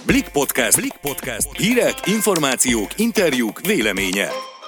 Blik Podcast. Blik Podcast. Hírek, információk, interjúk, véleménye.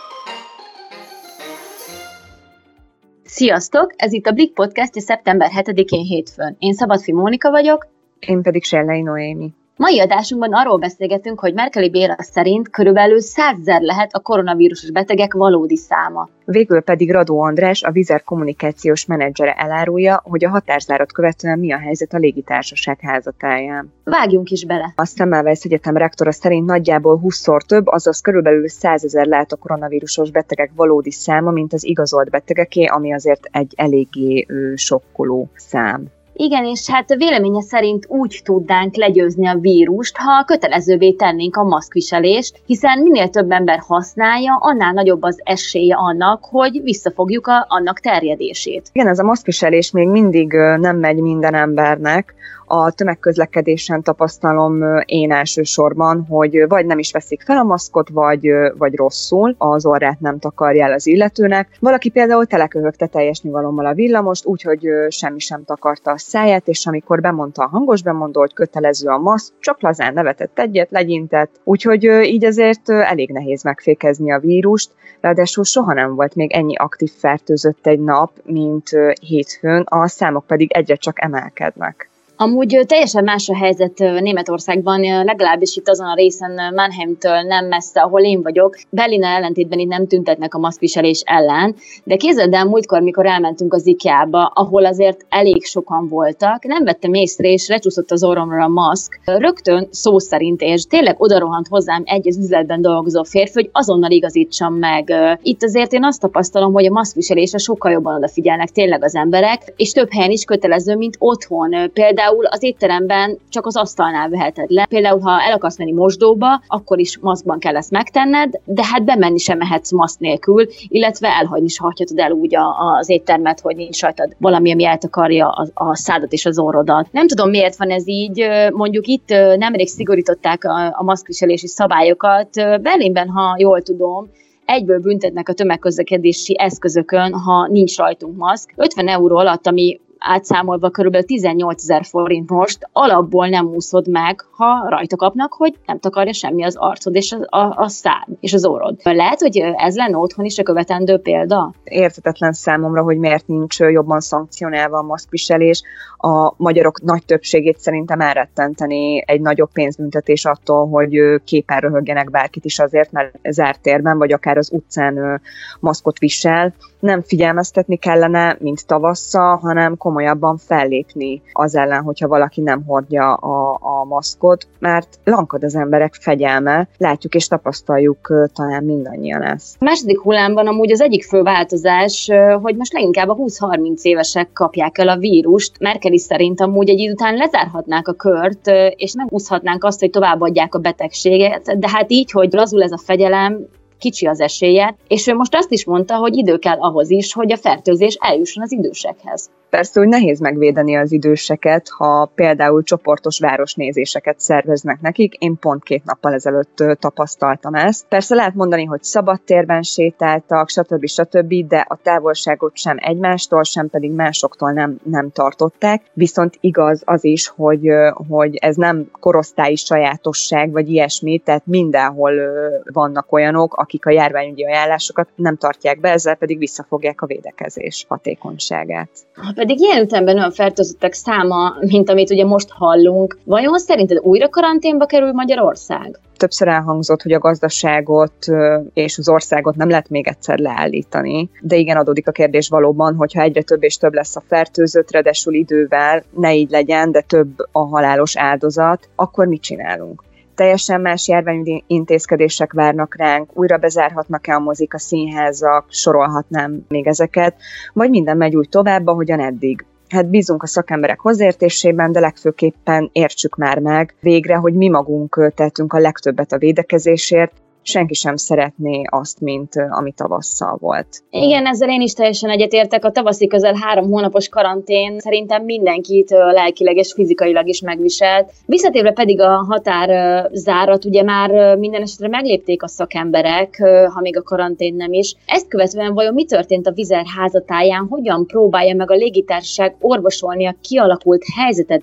Sziasztok! Ez itt a Blik Podcastja szeptember 7-én hétfőn. Én Szabadfi Mónika vagyok. Én pedig Sellei Noémi. Mai adásunkban arról beszélgetünk, hogy Merkeli Béla szerint körülbelül 100 000 lehet a koronavírusos betegek valódi száma. Végül pedig Radó András, a Wizz Air kommunikációs menedzsere elárulja, hogy a határzárat követően mi a helyzet a légitársaság házatáján. Vágjunk is bele! A Semmelweis Egyetem rektora szerint nagyjából 20-szor több, azaz körülbelül 100 000 lehet a koronavírusos betegek valódi száma, mint az igazolt betegeké, ami azért egy eléggé sokkoló szám. Igen, és hát véleménye szerint úgy tudnánk legyőzni a vírust, ha kötelezővé tennénk a maszkviselést, hiszen minél több ember használja, annál nagyobb az esélye annak, hogy visszafogjuk annak terjedését. Igen, ez a maszkviselés még mindig nem megy minden embernek. A tömegközlekedésen tapasztalom én elsősorban, hogy vagy nem is veszik fel a maszkot, vagy rosszul, az orrát nem takarja el az illetőnek. Valaki például teleköhögte teljes nyugalommal a villamost, úgyhogy semmi sem takarta a száját, és amikor bemondta a hangos bemondó, hogy kötelező a maszk, csak lazán nevetett egyet, legyintett, úgyhogy így azért elég nehéz megfékezni a vírust, ráadásul soha nem volt még ennyi aktív fertőzött egy nap, mint hétfőn, a számok pedig egyre csak emelkednek. Amúgy teljesen más a helyzet Németországban, legalábbis itt azon a részen Mannheimtől nem messze, ahol én vagyok. Berlinnel ellentétben itt nem tüntetnek a maszkviselés ellen, de képzeld el múltkor, mikor elmentünk az IKEA-ba, ahol azért elég sokan voltak, nem vettem észre, és lecsúszott az orromra a maszk. Rögtön szó szerint, és tényleg odarohant hozzám egy az üzletben dolgozó férfi, hogy azonnal igazítsam meg. Itt azért én azt tapasztalom, hogy a maszkviselésre sokkal jobban odafigyelnek tényleg az emberek, és több helyen is kötelező, mint otthon. Például az étteremben csak az asztalnál veheted le. Például, ha el akarsz menni mosdóba, akkor is maszkban kell ezt megtenned, de hát bemenni sem mehetsz maszk nélkül, illetve elhagyni is hagyhatod el úgy az éttermet, hogy nincs rajtad valami, ami eltakarja a szádat és az orrodat. Nem tudom, miért van ez így. Mondjuk itt nemrég szigorították a maszkviselési szabályokat. Berlinben, ha jól tudom, egyből büntetnek a tömegközlekedési eszközökön, ha nincs rajtunk maszk. 50 euró alatt, ami átszámolva körülbelül 18 000 forint most, alapból nem úszod meg, ha rajta kapnak, hogy nem takarja semmi az arcod és a szád és az orrod. Lehet, hogy ez lenne otthon is a követendő példa? Érthetetlen számomra, hogy miért nincs jobban szankcionálva a maszkviselés. A magyarok nagy többségét szerintem elrettenteni egy nagyobb pénzbüntetés attól, hogy képen röhögjenek bárkit is azért, mert zárt térben, vagy akár az utcán maszkot visel. Nem figyelmeztetni kellene, mint tavasszal, hanem komolyabban fellépni az ellen, hogyha valaki nem hordja a maszkot, mert lankad az emberek fegyelme, látjuk és tapasztaljuk talán mindannyian ezt. A második hullámban amúgy az egyik fő változás, hogy most leginkább a 20-30 évesek kapják el a vírust. Merkeli szerint amúgy egy idő után lezárhatnák a kört, és megúszhatnánk azt, hogy továbbadják a betegséget, de hát így, hogy lazul ez a fegyelem, kicsi az esélye, és ő most azt is mondta, hogy idő kell ahhoz is, hogy a fertőzés eljusson az idősekhez. Persze, hogy nehéz megvédeni az időseket, ha például csoportos városnézéseket szerveznek nekik. Én pont 2 nappal ezelőtt tapasztaltam ezt. Persze lehet mondani, hogy szabadtérben sétáltak, stb., de a távolságot sem egymástól, sem pedig másoktól nem tartották. Viszont igaz az is, hogy ez nem korosztályi sajátosság, vagy ilyesmi, tehát mindenhol vannak olyanok, akik a járványügyi ajánlásokat nem tartják be, ezzel pedig visszafogják a védekezés hatékonyságát. Pedig ilyen ütemben olyan fertőzöttek száma, mint amit ugye most hallunk, vajon szerinted újra karanténba kerül Magyarország? Többször elhangzott, hogy a gazdaságot és az országot nem lehet még egyszer leállítani, de igen, adódik a kérdés valóban, hogyha egyre több és több lesz a fertőzött, ráadásul idővel, ne így legyen, de több a halálos áldozat, akkor mit csinálunk? Teljesen más járványügyi intézkedések várnak ránk, újra bezárhatnak-e a mozik, a színházak, sorolhatnám még ezeket, vagy minden megy úgy tovább, ahogyan eddig. Hát bízunk a szakemberek hozzáértésében, de legfőképpen értsük már meg végre, hogy mi magunk tettünk a legtöbbet a védekezésért, senki sem szeretné azt, mint ami tavasszal volt. Igen, ezzel én is teljesen egyetértek. A tavaszi közel 3 hónapos karantén szerintem mindenkit lelkileg és fizikailag is megviselt. Visszatérve pedig a határzárat, ugye már minden esetre meglépték a szakemberek, ha még a karantén nem is. Ezt követően vajon mi történt a Wizz Air házatáján? Hogyan próbálja meg a légitársaság orvosolni a kialakult helyzetet?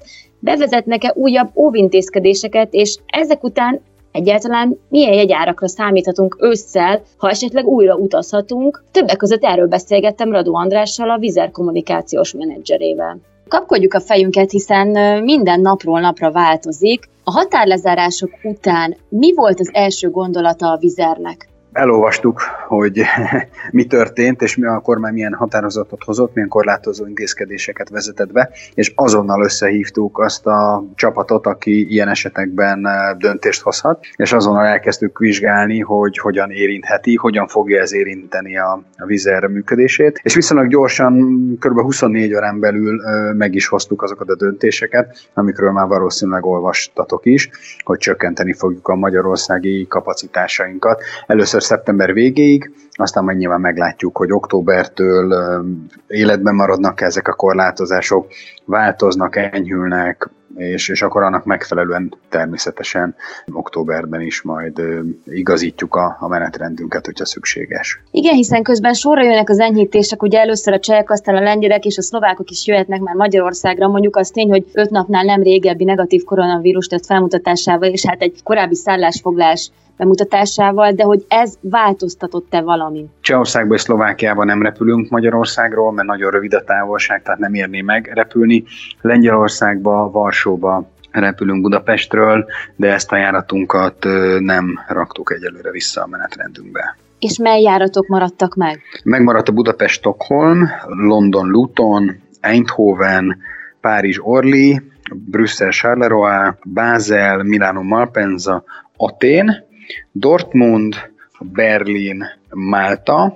bevezetnek-e újabb óvintézkedéseket, és ezek után egyáltalán milyen jegyárakra számíthatunk ősszel, ha esetleg újra utazhatunk? Többek között erről beszélgettem Radó Andrással, a Wizz Air kommunikációs menedzserével. Kapkodjuk a fejünket, hiszen minden napról napra változik. A határlezárások után mi volt az első gondolata a Wizz Airnek? Elolvastuk, hogy mi történt, és mi a kormány milyen határozatot hozott, milyen korlátozó intézkedéseket vezetett be, és azonnal összehívtuk azt a csapatot, aki ilyen esetekben döntést hozhat, és azonnal elkezdtük vizsgálni, hogy hogyan érintheti, hogyan fogja ez érinteni a Wizz Air működését, és viszonylag gyorsan, kb. 24 órán belül meg is hoztuk azokat a döntéseket, amikről már valószínűleg olvastatok is, hogy csökkenteni fogjuk a magyarországi kapacitásainkat. Először szeptember végéig, aztán majd nyilván meglátjuk, hogy októbertől életben maradnak ezek a korlátozások, változnak, enyhülnek, és akkor annak megfelelően természetesen októberben is majd igazítjuk a menetrendünket, hogyha szükséges. Igen, hiszen közben sorra jönnek az enyhítések, ugye először a csehek, aztán a lengyelek és a szlovákok is jöhetnek már Magyarországra. Mondjuk az tény, hogy 5 napnál nem régebbi negatív koronavírus test felmutatásával, és hát egy korábbi szállásfoglalás bemutatásával, de hogy ez változtatott-e valami? Csehországban és Szlovákiában nem repülünk Magyarországról, mert nagyon rövid a távolság, tehát nem érné meg repülni. Lengyelországba, Varsóba repülünk Budapestről, de ezt a járatunkat nem raktuk egyelőre vissza a menetrendünkbe. És mely járatok maradtak meg? Megmaradt a Budapest-Stockholm, London-Luton, Eindhoven, Párizs-Orly, Brüsszel-Charleroi, Basel, Milánó-Malpensa, Atén, Dortmund, Berlin, Málta,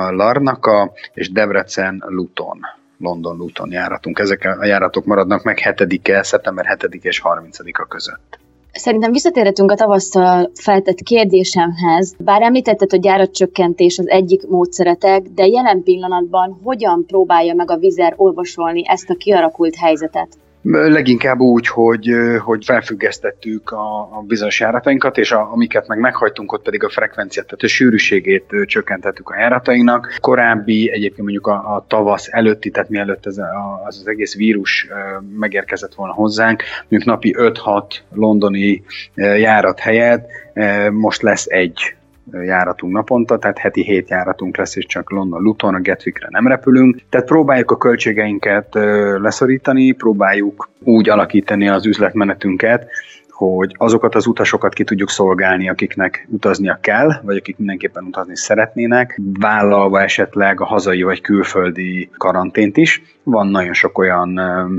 Larnaca és Debrecen-Luton. London-Luton járatunk. Ezek a járatok maradnak meg szeptember 7 és 30-a között. Szerintem visszatérhetünk a tavasszal feltett kérdésemhez. Bár említetted, hogy járatcsökkentés az egyik módszeretek, de jelen pillanatban hogyan próbálja meg a Wizz Air orvosolni ezt a kialakult helyzetet? Leginkább úgy, hogy felfüggesztettük a bizonyos járatainkat, és amiket meg meghagytunk, ott pedig a frekvenciát, tehát a sűrűségét csökkentettük a járatainknak. Korábbi, egyébként mondjuk a tavasz előtti, tehát mielőtt az egész vírus megérkezett volna hozzánk, mondjuk napi 5-6 londoni járat helyett most lesz egy járatunk naponta, tehát heti 7 járatunk lesz, és csak London-Luton, a Gatwickre nem repülünk. Tehát próbáljuk a költségeinket leszorítani, próbáljuk úgy alakítani az üzletmenetünket, hogy azokat az utasokat ki tudjuk szolgálni, akiknek utaznia kell, vagy akik mindenképpen utazni szeretnének, vállalva esetleg a hazai vagy külföldi karantént is. Van nagyon sok olyan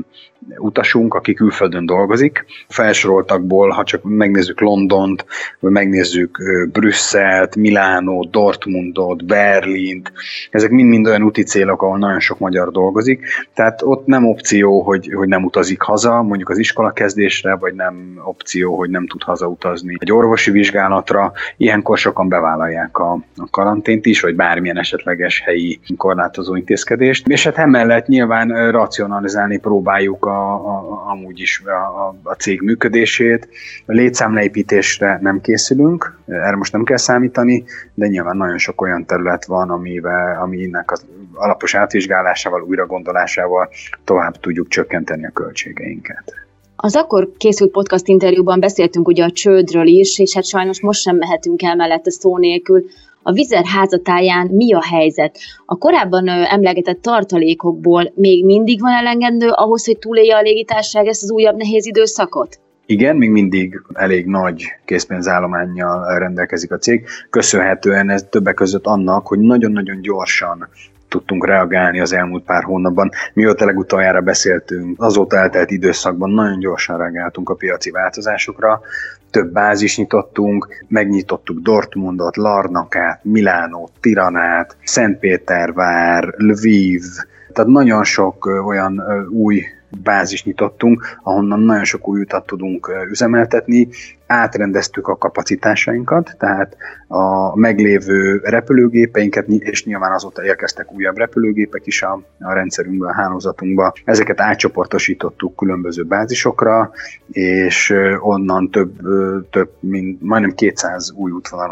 utasunk, aki külföldön dolgozik. Felsoroltakból, ha csak megnézzük Londont, vagy megnézzük Brüsszelt, Milánót, Dortmundot, Berlint, ezek mind-mind olyan úti célok, ahol nagyon sok magyar dolgozik. Tehát ott nem opció, hogy nem utazik haza, mondjuk az iskolakezdésre, vagy nem opció, hogy nem tud hazautazni egy orvosi vizsgálatra. Ilyenkor sokan bevállalják a karantént is, vagy bármilyen esetleges helyi korlátozó intézkedést. És hát emellett nyilván racionalizálni próbáljuk amúgy is a cég működését. A létszámleépítésre nem készülünk, erre most nem kell számítani, de nyilván nagyon sok olyan terület van, aminek az alapos átvizsgálásával, újragondolásával tovább tudjuk csökkenteni a költségeinket. Az akkor készült podcast interjúban beszéltünk ugye a csődről is, és hát sajnos most sem mehetünk el mellette szó nélkül. A Wizz Air házatáján mi a helyzet? A korábban emlegetett tartalékokból még mindig van elengedő ahhoz, hogy túlélje a légitársaság ezt az újabb nehéz időszakot? Igen, még mindig elég nagy készpénzállománnyal rendelkezik a cég. Köszönhetően ez többek között annak, hogy nagyon-nagyon gyorsan tudtunk reagálni az elmúlt pár hónapban. Mióta legutoljára beszéltünk, azóta eltelt időszakban nagyon gyorsan reagáltunk a piaci változásokra. Több bázis nyitottunk, megnyitottuk Dortmundot, Larnacát, Milánót, Tiranát, Szentpétervár, Lviv, tehát nagyon sok olyan új bázis nyitottunk, ahonnan nagyon sok új utat tudunk üzemeltetni. Átrendeztük a kapacitásainkat, tehát a meglévő repülőgépeinket, és nyilván azóta érkeztek újabb repülőgépek is a rendszerünkbe, a hálózatunkba. Ezeket átcsoportosítottuk különböző bázisokra, és onnan több mint majdnem 200 új útvonalat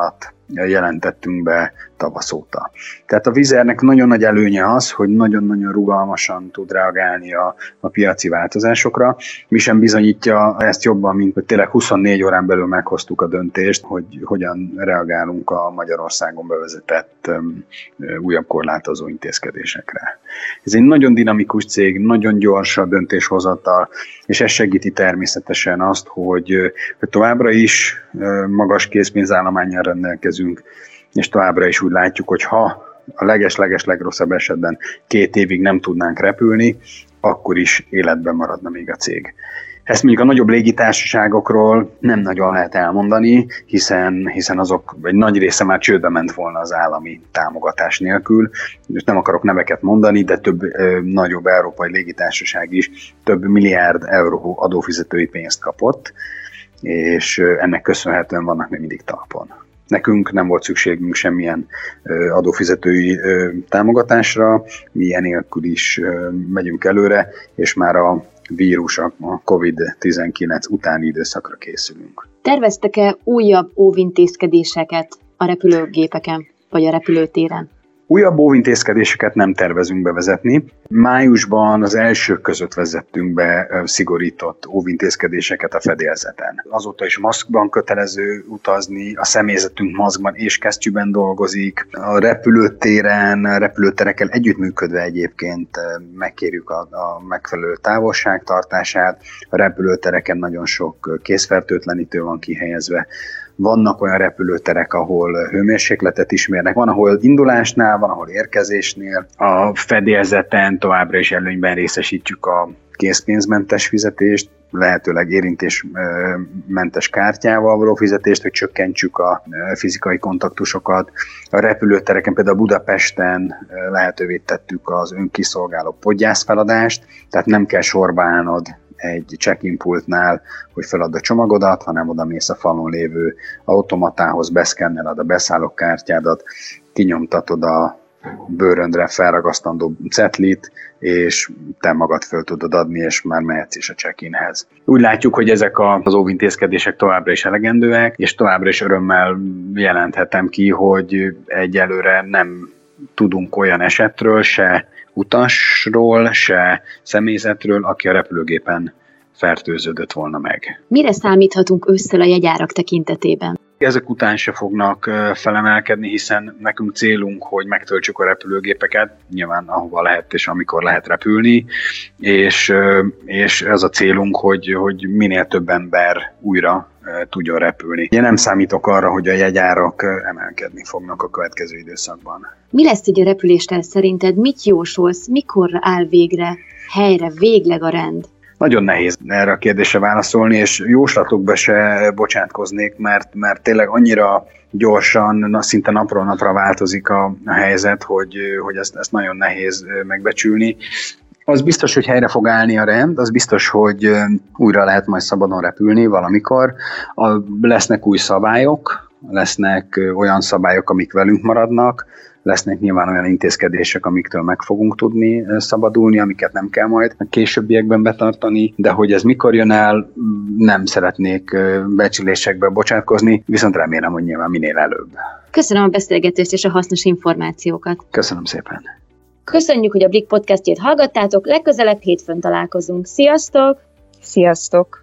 jelentettünk be tavasz óta. Tehát a Wizz Airnek nagyon nagy előnye az, hogy nagyon-nagyon rugalmasan tud reagálni a piaci változásokra. Mi sem bizonyítja ezt jobban, mint hogy tényleg 24 órán belül meghoztuk a döntést, hogy hogyan reagálunk a Magyarországon bevezetett újabb korlátozó intézkedésekre. Ez egy nagyon dinamikus cég, nagyon gyors a döntéshozattal, és ez segíti természetesen azt, hogy továbbra is magas készpénzállománnyal rendelkezünk, és továbbra is úgy látjuk, hogy ha a leges-leges legrosszabb esetben 2 évig nem tudnánk repülni, akkor is életben maradna még a cég. Ezt mondjuk a nagyobb légitársaságokról nem nagyon lehet elmondani, hiszen azok egy nagy része már csődbe ment volna az állami támogatás nélkül. És nem akarok neveket mondani, de több nagyobb európai légitársaság is több milliárd euró adófizetői pénzt kapott, és ennek köszönhetően vannak még mindig talpon. Nekünk nem volt szükségünk semmilyen adófizetői támogatásra, mi enélkül is megyünk előre, és már a vírus, a COVID-19 utáni időszakra készülünk. Terveztek-e újabb óvintézkedéseket a repülőgépeken, vagy a repülőtéren? Újabb óvintézkedéseket nem tervezünk bevezetni. Májusban az elsők között vezettünk be szigorított óvintézkedéseket a fedélzeten. Azóta is maszkban kötelező utazni, a személyzetünk maszkban és kesztyűben dolgozik. A repülőterekkel együttműködve egyébként megkérjük a megfelelő távolságtartását. A repülőtereken nagyon sok kézfertőtlenítő van kihelyezve. Vannak olyan repülőterek, ahol hőmérsékletet is mérnek, van, ahol indulásnál, van, ahol érkezésnél. A fedélzeten továbbra is előnyben részesítjük a készpénzmentes fizetést, lehetőleg érintésmentes kártyával való fizetést, hogy csökkentsük a fizikai kontaktusokat. A repülőtereken, például Budapesten lehetővé tettük az önkiszolgáló podgyászfeladást, tehát nem kell sorba állnod egy check-in pultnál, hogy feladd a csomagodat, hanem oda mész a falon lévő automatához, beszkenneled a beszállókártyádat, kinyomtatod a bőröndre felragasztandó cetlit, és te magad föl tudod adni, és már mehetsz is a check-inhez. Úgy látjuk, hogy ezek az óvintézkedések továbbra is elegendőek, és továbbra is örömmel jelenthetem ki, hogy egyelőre nem tudunk olyan esetről, se utasról, se személyzetről, aki a repülőgépen fertőződött volna meg. Mire számíthatunk ősszel a jegyárak tekintetében? Ezek után se fognak felemelkedni, hiszen nekünk célunk, hogy megtöltsük a repülőgépeket, nyilván ahova lehet és amikor lehet repülni, és ez a célunk, hogy minél több ember újra tudjon repülni. Én nem számítok arra, hogy a jegyárak emelkedni fognak a következő időszakban. Mi lesz így a repüléstel szerinted? Mit jósolsz? Mikorra áll helyre végleg a rend? Nagyon nehéz erre a kérdésre válaszolni, és jóslatokba se bocsátkoznék, mert tényleg annyira gyorsan, szinte napról napra változik a helyzet, hogy ezt nagyon nehéz megbecsülni. Az biztos, hogy helyre fog állni a rend, az biztos, hogy újra lehet majd szabadon repülni valamikor. Lesznek új szabályok, lesznek olyan szabályok, amik velünk maradnak, lesznek nyilván olyan intézkedések, amiktől meg fogunk tudni szabadulni, amiket nem kell majd a későbbiekben betartani, de hogy ez mikor jön el, nem szeretnék becslésekbe bocsátkozni, viszont remélem, hogy nyilván minél előbb. Köszönöm a beszélgetést és a hasznos információkat. Köszönöm szépen. Köszönjük, hogy a Blik podcastjét hallgattátok, legközelebb hétfőn találkozunk. Sziasztok! Sziasztok!